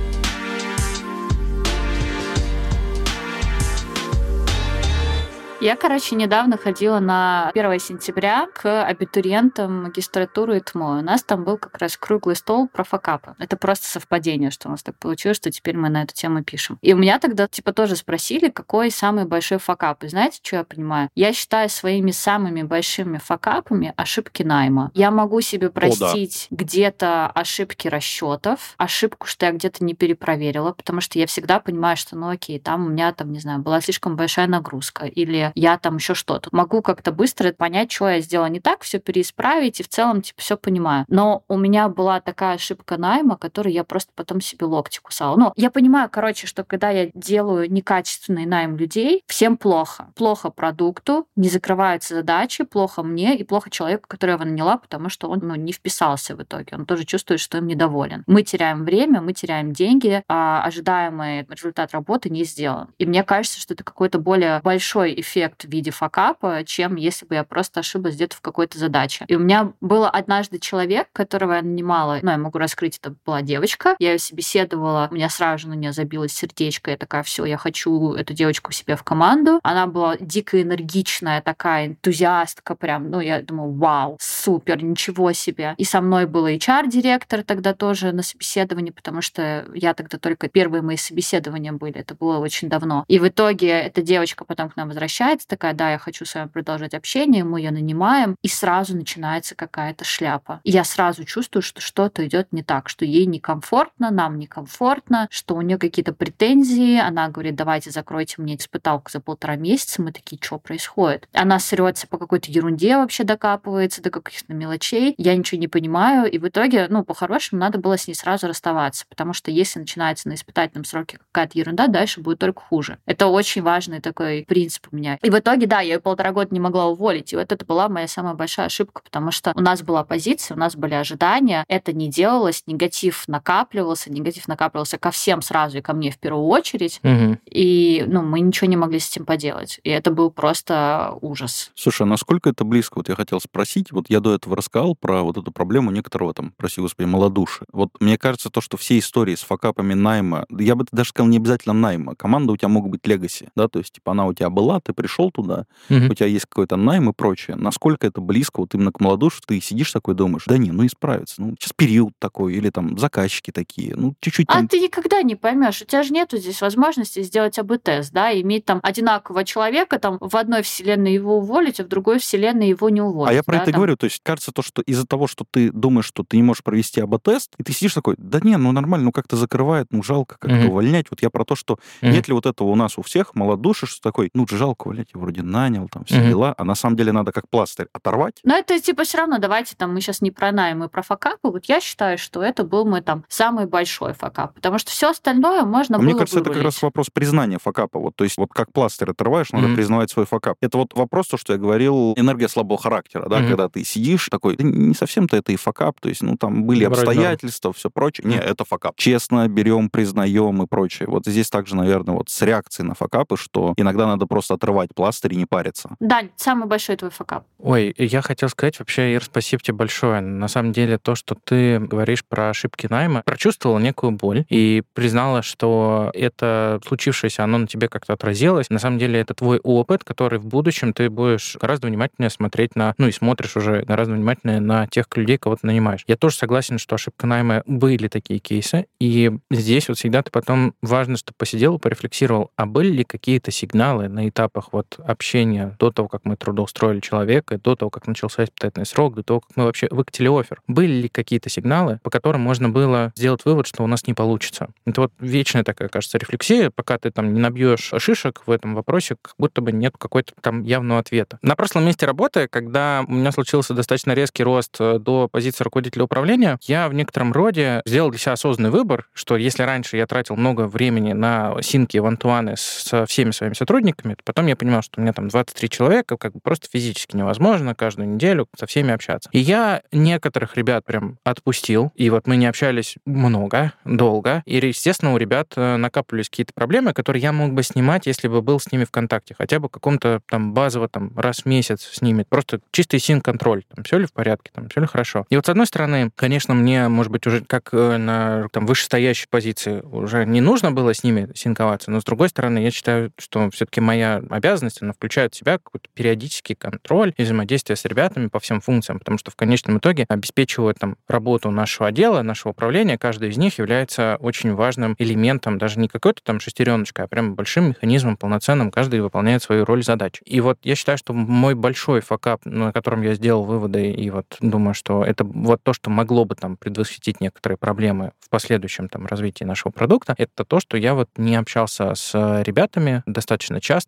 Я, короче, недавно ходила на первое сентября к абитуриентам магистратуры ИТМО. У нас там был как раз круглый стол про факапы. Это просто совпадение, что у нас так получилось, что теперь мы на эту тему пишем. И у меня тогда, типа, тоже спросили, какой самый большой факап. И знаете, что я понимаю? Я считаю своими самыми большими факапами ошибки найма. Я могу себе простить где-то ошибки расчетов, ошибку, что я где-то не перепроверила, потому что я всегда понимаю, что, ну окей, там у меня, там, не знаю, была слишком большая нагрузка, или или я там еще что-то. Могу как-то быстро понять, что я сделала не так, все переисправить, и в целом, типа, все понимаю. Но у меня была такая ошибка найма, которой я просто потом себе локти кусала. Ну, я понимаю, короче, что когда я делаю некачественный найм людей, всем плохо. Плохо продукту, не закрываются задачи, плохо мне и плохо человеку, которого я наняла, потому что он, ну, не вписался в итоге. Он тоже чувствует, что им недоволен. Мы теряем время, мы теряем деньги, а ожидаемый результат работы не сделан. И мне кажется, что это какой-то более большой эффект в виде факапа, чем если бы я просто ошиблась где-то в какой-то задаче. И у меня было однажды человек, которого я нанимала, ну, я могу раскрыть, это была девочка, я ее собеседовала, у меня сразу же на нее забилось сердечко, я такая, все, я хочу эту девочку себе в команду. Она была дико энергичная, такая энтузиастка прям, ну, я думаю, вау, супер, ничего себе. И со мной был эйч ар-директор тогда тоже на собеседовании, потому что я тогда только первые мои собеседования были, это было очень давно. И в итоге эта девочка потом к нам возвращается, такая, да, я хочу с вами продолжать общение, мы ее нанимаем, и сразу начинается какая-то шляпа. И я сразу чувствую, что что-то идет не так, что ей некомфортно, нам некомфортно, что у нее какие-то претензии. Она говорит, давайте закройте мне испыталку за полтора месяца. Мы такие, что происходит? Она срется по какой-то ерунде вообще, докапывается до каких-то мелочей. Я ничего не понимаю. И в итоге, ну, по-хорошему, надо было с ней сразу расставаться, потому что если начинается на испытательном сроке какая-то ерунда, дальше будет только хуже. Это очень важный такой принцип у меня. И в итоге, да, я ее полтора года не могла уволить. И вот это была моя самая большая ошибка, потому что у нас была позиция, у нас были ожидания. Это не делалось, негатив накапливался, негатив накапливался ко всем сразу и ко мне в первую очередь. Угу. И, ну, мы ничего не могли с этим поделать. И это был просто ужас. Слушай, а насколько это близко? Вот я хотел спросить. Вот я до этого рассказал про вот эту проблему некоторого там, прости господи, малодушия. Вот мне кажется, то, что все истории с факапами найма, я бы даже сказал, не обязательно найма, команда у тебя могут быть легаси, да, то есть, типа, она у тебя была, ты пришел туда, Угу. у тебя есть какой-то найм и прочее. Насколько это близко вот именно к малодушию, ты сидишь такой, думаешь, да не, ну исправится, ну сейчас период такой, или там заказчики такие, ну чуть-чуть А там... ты никогда не поймешь. У тебя же нету здесь возможности сделать эй би-тест, да, и иметь там одинакового человека, там в одной вселенной его уволить, а в другой вселенной его не уволить. А я про да, это и там. говорю, то есть кажется то, что из-за того, что ты думаешь, что ты не можешь провести эй би-тест, и ты сидишь такой, да не, ну нормально, ну как-то закрывает, ну жалко как-то Мгм. увольнять. Вот я про то, что Мгм. нет ли вот этого у нас у всех малодушия, что такой, ну жалко увольнять, я вроде нанял, там все Мгм. дела, а на самом деле надо как пластырь оторвать. Но это типа все равно, давайте там, мы сейчас не про найм, мы про факапы. Вот я считаю, что это был мой там самый большой факап, потому что все остальное можно А было мне кажется, это как раз вырулить. вопрос признания факапа. Вот, то есть вот как пластырь отрываешь, надо Мгм. признавать свой факап. Это вот вопрос, то, что я говорил, энергия слабого характера, да, Мгм. когда ты сидишь такой, да не совсем-то это и факап, то есть, ну, там были Вроде норм. обстоятельства, все прочее. Не, Мгм. это факап. Честно берем, признаем и прочее. Вот здесь также, наверное, вот с реакцией на факапы, что иногда надо просто отрывать пластырь и не париться. Дань, самый большой твой факап. Ой, я хотел сказать вообще, Ир, спасибо тебе большое. На самом деле, то, что ты говоришь про ошибки найма, прочувствовала некую боль и признала, что это случившееся, оно на тебе как-то отразилось. На самом деле, это твой опыт, который в будущем ты будешь гораздо внимательнее смотреть на, ну и смотришь уже гораздо внимательнее на тех людей, кого ты нанимаешь. Я тоже согласен, что ошибка найма были такие кейсы, и здесь вот всегда ты потом важно, чтобы посидел и порефлексировал, а были ли какие-то сигналы на этапах вот общения до того, как мы трудоустроили человека, до того, как начался испытательный срок, до того, как мы вообще выкатили оффер. Были ли какие-то сигналы, по которым можно было сделать вывод, что у нас не получится? Это вот вечная такая, кажется, рефлексия, пока ты там не набьешь шишек в этом вопросе, как будто бы нет какой-то там явного ответа. На прошлом месте работы, когда у меня случился достаточно резкий рост до позиции руководителя управления, я в некотором роде сделал для себя осознанный выбор, что если раньше я тратил много времени на синки и вантуаны со всеми своими сотрудниками, то потом я понимал, что у меня там двадцать три человека, как бы просто физически невозможно каждую неделю со всеми общаться. И я некоторых ребят прям отпустил, и вот мы не общались много, долго, и, естественно, у ребят накапливались какие-то проблемы, которые я мог бы снимать, если бы был с ними в контакте, хотя бы в каком-то там базово там раз в месяц с ними, просто чистый син-контроль, там все ли в порядке, там все ли хорошо. И вот с одной стороны, конечно, мне, может быть, уже как на там вышестоящей позиции уже не нужно было с ними синковаться, но с другой стороны, я считаю, что все-таки моя обязанность, она включает в себя какой-то периодический контроль и взаимодействие с ребятами по всем функциям, потому что в конечном итоге обеспечивая там работу нашего отдела, нашего управления, каждый из них является очень важным элементом, даже не какой-то там шестереночкой, а прям большим механизмом полноценным, каждый выполняет свою роль, задачу. И вот я считаю, что мой большой факап, на котором я сделал выводы, и вот думаю, что это вот то, что могло бы там предвосхитить некоторые проблемы в последующем там развитии нашего продукта, это то, что я вот не общался с ребятами достаточно часто или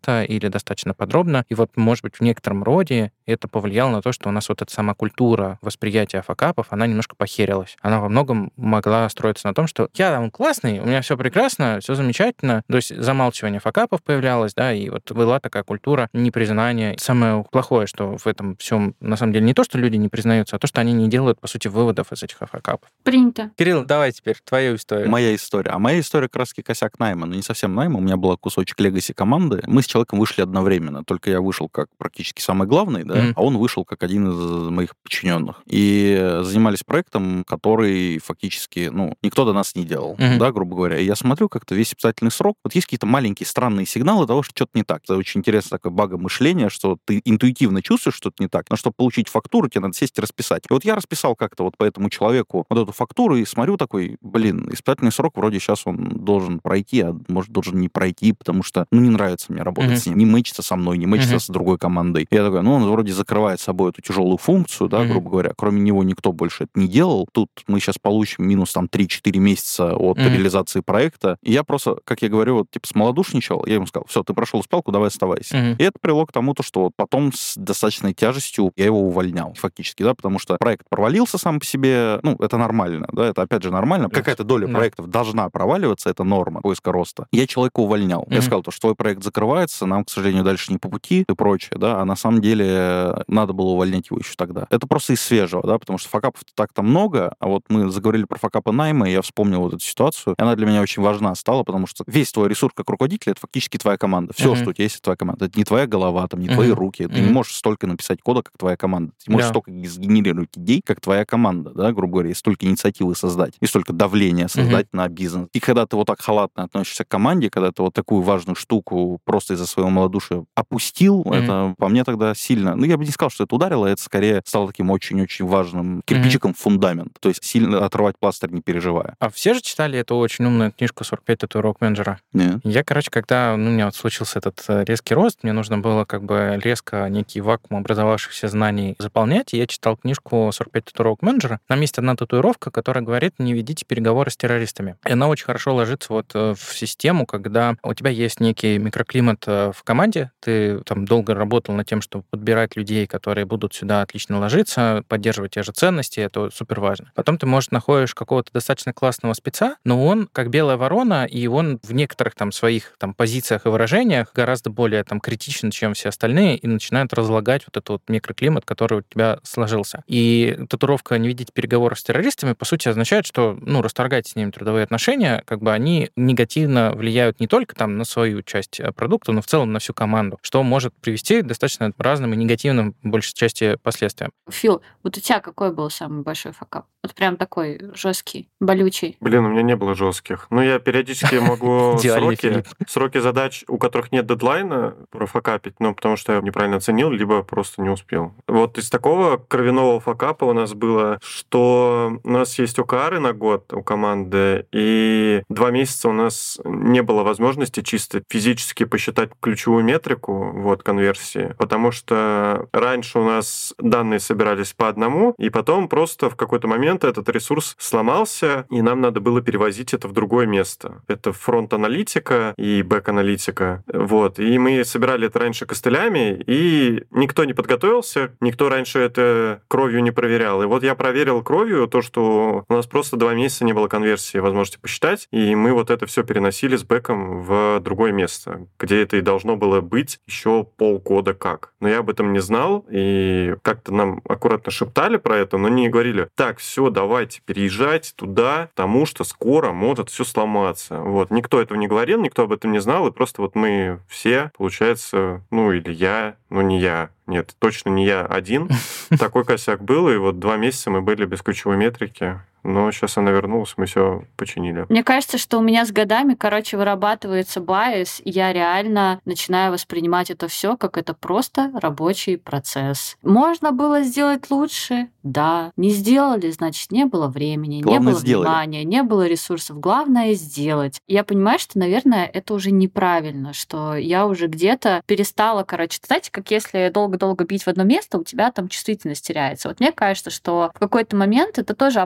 достаточно подробно. И вот, может быть, в некотором роде это повлияло на то, что у нас вот эта сама культура восприятия факапов, она немножко похерилась. Она во многом могла строиться на том, что я там классный, у меня все прекрасно, все замечательно. То есть замалчивание факапов появлялось, да, и вот была такая культура непризнания. Самое плохое, что в этом всем, на самом деле, не то, что люди не признаются, а то, что они не делают, по сути, выводов из этих факапов. Принято. Кирилл, давай теперь твою историю. Моя история. А моя история как раз-таки косяк найма. Ну, не совсем найма, у меня была кусочек легаси команды. Мы с человеком вышли одновременно. Только я вышел как практически самый главный, да, mm-hmm. а он вышел как один из моих подчиненных. И занимались проектом, который фактически, ну, никто до нас не делал, mm-hmm. да, грубо говоря. И я смотрю как-то весь испытательный срок. Вот есть какие-то маленькие странные сигналы того, что что-то не так. Это очень интересно такое багомышление, что ты интуитивно чувствуешь, что что-то не так, но чтобы получить фактуру, тебе надо сесть и расписать. И вот я расписал как-то вот по этому человеку вот эту фактуру и смотрю такой, блин, испытательный срок вроде сейчас он должен пройти, а может должен не пройти, потому что, ну, не нравится мне работать mm-hmm. с ним, не мэчится со мной, не мэчится mm-hmm. с другой командой. И я такой, ну, он вроде закрывает собой эту тяжелую функцию, да, mm-hmm. грубо говоря, кроме него никто больше это не делал. Тут мы сейчас получим минус там три-четыре месяца от mm-hmm. реализации проекта. И я просто, как я говорю, вот, типа, смолодушничал, я ему сказал, все, ты прошел испалку, давай оставайся. Mm-hmm. И это привело к тому, что вот потом с достаточной тяжестью я его увольнял, фактически, да, потому что проект провалился сам по себе, ну, это нормально, да, это опять же нормально. Какая-то доля да. проектов должна проваливаться, это норма поиска роста. Я человека увольнял. Mm-hmm. Я сказал, что твой проект закрывается, нам, к сожалению, дальше не по пути и прочее, да, а на самом деле надо было увольнять его еще тогда. Это просто из свежего, да, потому что факапов так-то много, а вот мы заговорили про факапы найма, и я вспомнил вот эту ситуацию, и она для меня очень важна стала, потому что весь твой ресурс как руководителя — это фактически твоя команда. Все, mm-hmm. что у тебя есть, это твоя команда. Это не твоя голова, там, не mm-hmm. твои руки. Ты mm-hmm. не можешь столько написать кода, как твоя команда. Ты не можешь yeah. столько сгенерировать идей, как твоя команда, да, грубо говоря, и столько инициативы создать, и столько давления создать mm-hmm. на бизнес. И когда ты вот так халатно относишься к команде, когда ты вот такую важную штуку просто из-за своего малодушия опустил, mm-hmm. это по мне тогда сильно... Ну, я бы не сказал, что это ударило, это скорее стало таким очень-очень важным кирпичиком mm-hmm. в фундамент. То есть сильно отрывать пластырь, не переживая. А все же читали эту очень умную книжку «сорок пять татуировок менеджера»? Нет. Я, короче, когда ну, у меня вот случился этот резкий рост, мне нужно было как бы резко некий вакуум образовавшихся знаний заполнять, и я читал книжку «сорок пять татуировок менеджера». Там есть одна татуировка, которая говорит: не ведите переговоры с террористами. И она очень хорошо ложится вот в систему, когда у тебя есть некий микроклимат в команде, ты там долго работал над тем, чтобы подбирать людей, которые будут сюда отлично ложиться, поддерживать те же ценности, это супер важно. Потом ты, может, находишь какого-то достаточно классного спеца, но он как белая ворона, и он в некоторых там своих там позициях и выражениях гораздо более там критичен, чем все остальные, и начинает разлагать вот этот вот микроклимат, который у тебя сложился. И татуировка «не ведите переговоров с террористами» по сути означает, что, ну, расторгайте с ними трудовые отношения, как бы они негативно влияют не только там на свою часть продукта, но в целом на всю команду, что может привести к достаточно разным и негативным, в большей части, последствиям. Фил, вот у тебя какой был самый большой факап? Вот прям такой жесткий, болючий. Блин, у меня не было жестких. Но я периодически могу сроки, сроки задач, у которых нет дедлайна, профакапить, ну, потому что я неправильно оценил, либо просто не успел. Вот из такого кровяного факапа у нас было, что у нас есть ОКРы на год у команды, и два месяца у нас не было возможности чисто физически посчитать ключевую метрику вот, конверсии, потому что раньше у нас данные собирались по одному, и потом просто в какой-то момент этот ресурс сломался, и нам надо было перевозить это в другое место. Это фронт-аналитика и бэк-аналитика. Вот. И мы собирали это раньше костылями, и никто не подготовился, никто раньше это кровью не проверял. И вот я проверил кровью то, что у нас просто два месяца не было конверсии, возможности посчитать, и мы вот это все переносили с бэком в другое место, где это и должно было быть еще полгода как. Но я об этом не знал, и как-то нам аккуратно шептали про это, но не говорили: так, все, давайте переезжать туда, потому что скоро может все сломаться. Вот. Никто этого не говорил, никто об этом не знал, и просто вот мы все, получается, ну или я, ну не я, нет, точно не я один, такой косяк был, и вот два месяца мы были без ключевой метрики. Но сейчас она вернулась, мы все починили. Мне кажется, что у меня с годами, короче, вырабатывается байс, и я реально начинаю воспринимать это все как это просто рабочий процесс. Можно было сделать лучше? Да. Не сделали, значит, не было времени, Главное, не было сделали. внимания, не было ресурсов. Главное — сделать. Я понимаю, что, наверное, это уже неправильно, что я уже где-то перестала, короче, знаете, как если долго-долго бить в одно место, у тебя там чувствительность теряется. Вот мне кажется, что в какой-то момент это тоже опасно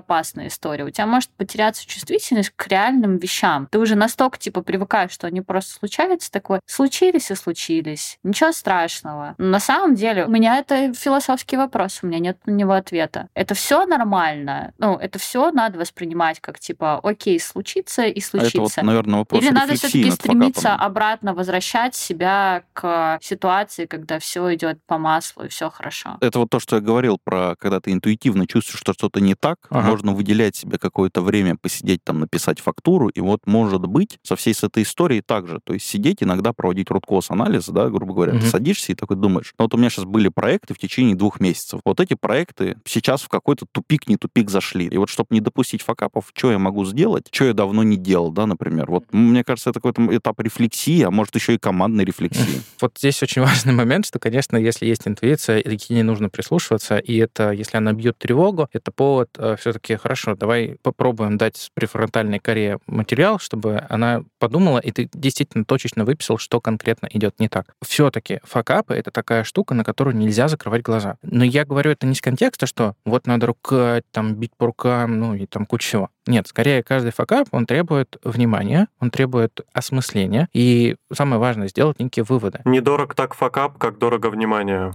разная история. У тебя может потеряться чувствительность к реальным вещам. Ты уже настолько, типа, привыкаешь, что они просто случаются, такой, случились и случились. Ничего страшного. Но на самом деле у меня это философский вопрос, у меня нет на него ответа. Это все нормально. Ну, это все надо воспринимать как, типа, окей, случится и случится. Это вот, наверное, вопрос Или надо рефлексии все-таки над стремиться факапом. обратно возвращать себя к ситуации, когда все идет по маслу и все хорошо. Это вот то, что я говорил про, когда ты интуитивно чувствуешь, что что-то не так, Ага. можно выделять себе какое-то время, посидеть там, написать фактуру, и вот, может быть, со всей с этой историей также. То есть сидеть, иногда проводить root-cause-анализ, да, грубо говоря. Мгм. Ты садишься и такой думаешь, ну вот у меня сейчас были проекты в течение двух месяцев. Вот эти проекты сейчас в какой-то тупик, не тупик зашли. И вот чтобы не допустить факапов, что я могу сделать, что я давно не делал, да, например. Вот мне кажется, это какой-то этап рефлексии, а может еще и командной рефлексии. Вот здесь очень важный момент, что, конечно, если есть интуиция, и к ней нужно прислушиваться, и это, если она бьет тревогу, это повод э, все-таки, хорошо, давай попробуем дать префронтальной коре материал, чтобы она подумала, и ты действительно точечно выписал, что конкретно идет не так. Все-таки факапы — это такая штука, на которую нельзя закрывать глаза. Но я говорю это не с контекста, что вот надо ругать, там, бить по рукам, ну и там куча всего. Нет, скорее каждый факап, он требует внимания, он требует осмысления, и самое важное — сделать некие выводы. Недорог так факап, как дорого внимание.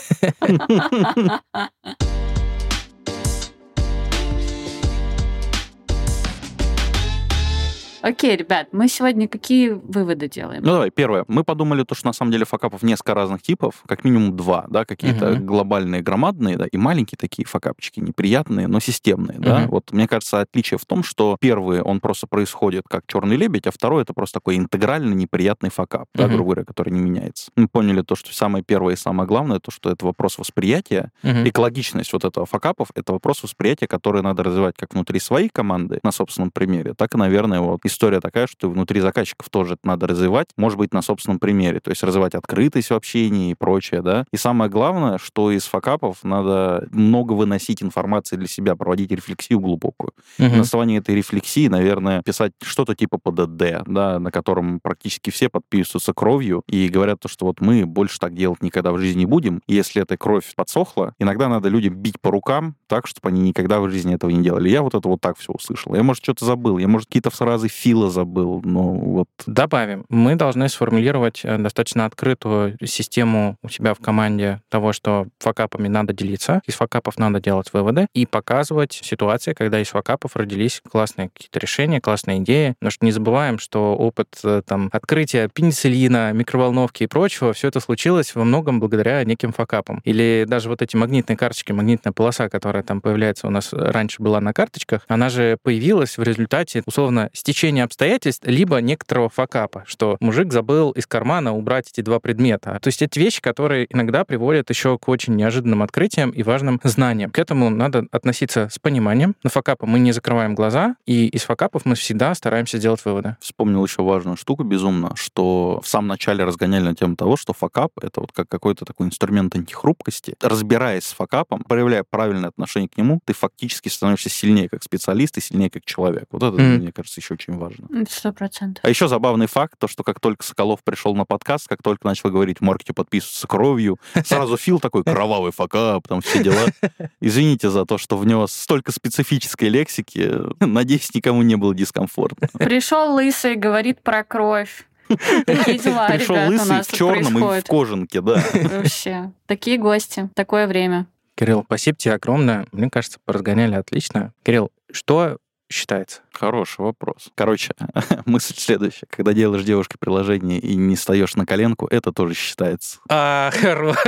Окей, ребят, мы сегодня какие выводы делаем? Ну давай, первое. Мы подумали то, что на самом деле факапов несколько разных типов, как минимум два, да, какие-то Мгм. глобальные, громадные, да, и маленькие такие факапчики, неприятные, но системные, да. Мгм. Вот мне кажется, отличие в том, что первый, он просто происходит как черный лебедь, а второй это просто такой интегральный неприятный факап, да, Мгм. грубо говоря, который не меняется. Мы поняли то, что самое первое и самое главное, то, что это вопрос восприятия. Мгм. Экологичность вот этого факапов — это вопрос восприятия, который надо развивать как внутри своей команды на собственном примере, так и, наверное, вот история такая, что внутри заказчиков тоже это надо развивать, может быть, на собственном примере, то есть развивать открытость в общении и прочее, да. И самое главное, что из факапов надо много выносить информации для себя, проводить рефлексию глубокую. Мгм. На основании этой рефлексии, наверное, писать что-то типа ПДД, да, на котором практически все подписываются кровью и говорят то, что вот мы больше так делать никогда в жизни не будем. И если эта кровь подсохла, иногда надо людям бить по рукам так, чтобы они никогда в жизни этого не делали. Я вот это вот так все услышал. Я, может, что-то забыл. Я, может, какие-то фразы Фила забыл. Но вот... Добавим. Мы должны сформулировать э, достаточно открытую систему у себя в команде того, что факапами надо делиться, из факапов надо делать выводы и показывать ситуации, когда из факапов родились классные какие-то решения, классные идеи. Потому что не забываем, что опыт э, там, открытия пенициллина, микроволновки и прочего, все это случилось во многом благодаря неким факапам. Или даже вот эти магнитные карточки, магнитная полоса, которая там появляется у нас раньше была на карточках, она же появилась в результате, условно, стечения обстоятельств, либо некоторого факапа, что мужик забыл из кармана убрать эти два предмета. То есть это вещи, которые иногда приводят еще к очень неожиданным открытиям и важным знаниям. К этому надо относиться с пониманием. На факапы мы не закрываем глаза, и из факапов мы всегда стараемся делать выводы. Вспомнил еще важную штуку безумно, что в самом начале разгоняли на тему того, что факап — это вот как какой-то такой инструмент антихрупкости. Разбираясь с факапом, проявляя правильное отношение к нему, ты фактически становишься сильнее как специалист и сильнее как человек. Вот это, Мгм. мне кажется, еще очень важно. Сто процентов. А еще забавный факт, то, что как только Соколов пришел на подкаст, как только начал говорить в маркете подписываться кровью, сразу Фил такой кровавый факап, там все дела. Извините за то, что в него столько специфической лексики. Надеюсь, никому не было дискомфортно. Пришел лысый, говорит про кровь. Такие дела, Пришел ребят, у лысый нас в тут черном и в происходит. кожанке, да. Вообще. Такие гости, такое время. Кирилл, спасибо тебе огромное. Мне кажется, поразгоняли отлично. Кирилл, что считается? Хороший вопрос. Короче, мысль следующая. Когда делаешь девушке приложение и не встаешь на коленку, это тоже считается. А, хорош.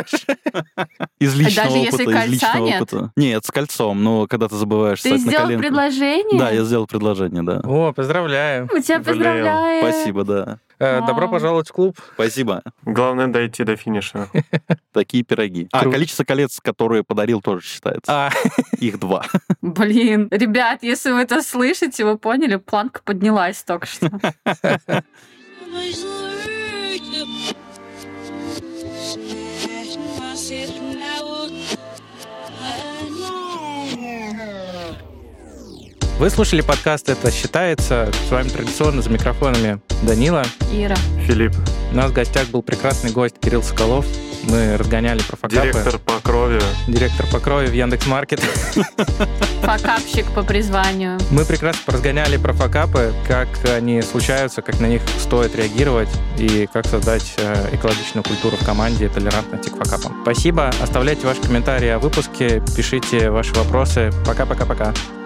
Из личного даже если опыта, из кольца личного нет? опыта. Нет, с кольцом, но когда ты забываешь Ты встать на сделал коленку. предложение? Да, я сделал предложение, да. О, поздравляю. Мы тебя Блин, поздравляем. Спасибо, да. Э, Добро Вау. пожаловать в клуб. Спасибо. Главное дойти до финиша. Такие пироги. А, Круто. количество колец, которые подарил, тоже считается. А, Их два. Блин, ребят, если вы это слышите, вы поняли, планка поднялась только что. вы слушали подкаст «Это считается». С вами традиционно за микрофонами Данила. Ира. Филипп. У нас в гостях был прекрасный гость Кирилл Соколов. Мы разгоняли про факапы. Директор по крови. Директор по крови в Яндекс.Маркет. Факапщик по призванию. Мы прекрасно разгоняли про факапы, как они случаются, как на них стоит реагировать и как создать экологичную культуру в команде и толерантности к факапам. Спасибо. Оставляйте ваши комментарии о выпуске, пишите ваши вопросы. Пока-пока-пока.